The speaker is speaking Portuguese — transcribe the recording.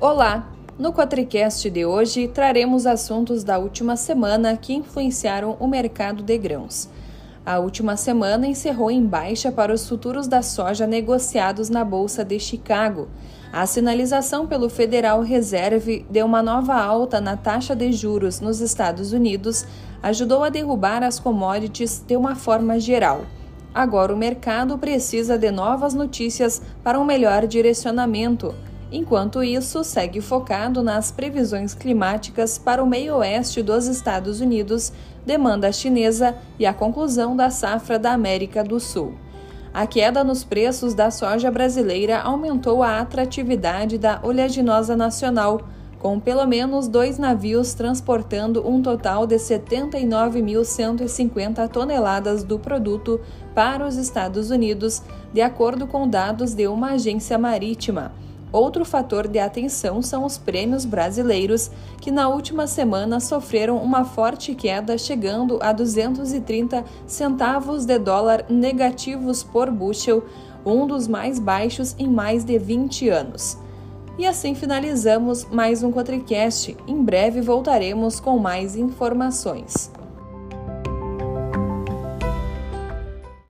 Olá! No Quatricast de hoje, traremos assuntos da última semana que influenciaram o mercado de grãos. A última semana encerrou em baixa para os futuros da soja negociados na Bolsa de Chicago. A sinalização pelo Federal Reserve de uma nova alta na taxa de juros nos Estados Unidos ajudou a derrubar as commodities de uma forma geral. Agora o mercado precisa de novas notícias para um melhor direcionamento. Enquanto isso, segue focado nas previsões climáticas para o meio-oeste dos Estados Unidos, demanda chinesa e a conclusão da safra da América do Sul. A queda nos preços da soja brasileira aumentou a atratividade da oleaginosa nacional, com pelo menos 2 navios transportando um total de 79.150 toneladas do produto para os Estados Unidos, de acordo com dados de uma agência marítima. Outro fator de atenção são os prêmios brasileiros, que na última semana sofreram uma forte queda, chegando a 230 centavos de dólar negativos por bushel, um dos mais baixos em mais de 20 anos. E assim finalizamos mais um Quatricast. Em breve voltaremos com mais informações.